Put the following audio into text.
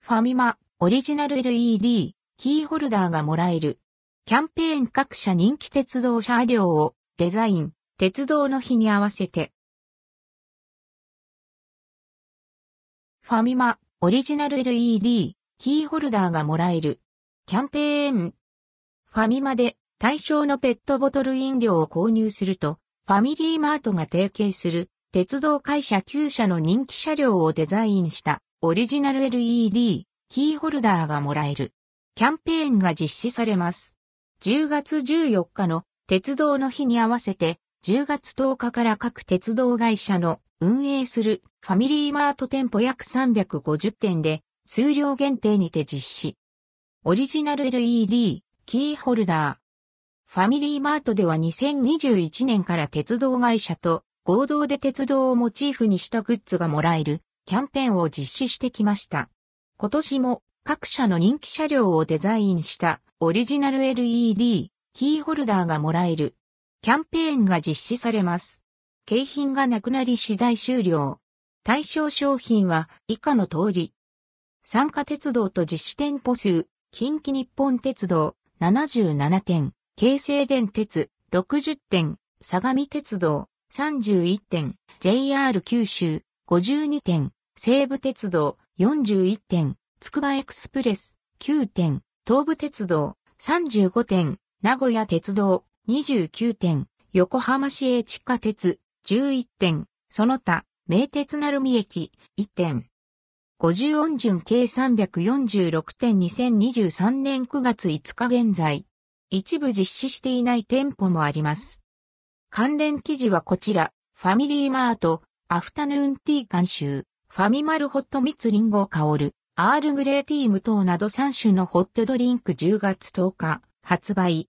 ファミマオリジナル LED キーホルダーがもらえる。キャンペーン各社人気鉄道車両をデザイン、鉄道の日に合わせて。ファミマオリジナル LED キーホルダーがもらえる。キャンペーン。ファミマで対象のペットボトル飲料を購入すると、ファミリーマートが提携する鉄道会社9社の人気車両をデザインしたオリジナル LED キーホルダーがもらえる。キャンペーンが実施されます。10月14日の鉄道の日に合わせて、10月10日から各鉄道会社の運営するファミリーマート店舗約350店で数量限定にて実施。オリジナル LED キーホルダー。ファミリーマートでは2021年から鉄道会社と合同で鉄道をモチーフにしたグッズがもらえるキャンペーンを実施してきました。今年も各社の人気車両をデザインしたオリジナル LED キーホルダーがもらえるキャンペーンが実施されます。景品がなくなり次第終了。対象商品は以下の通り。参加鉄道と実施店舗数、近畿日本鉄道77店、京成電鉄60店、相模鉄道31店、JR 九州52店、西武鉄道41店、つくばエクスプレス9店、東武鉄道35店、名古屋鉄道29店、横浜市営地下鉄11店、その他、名鉄鳴海駅1店。50音順計346店2023年9月5日現在。一部実施していない店舗もあります。関連記事はこちら、ファミリーマート、アフタヌーンティー監修、ファミマルホット蜜リンゴ香る、アールグレーティー無糖など3種のホットドリンク10月10日発売。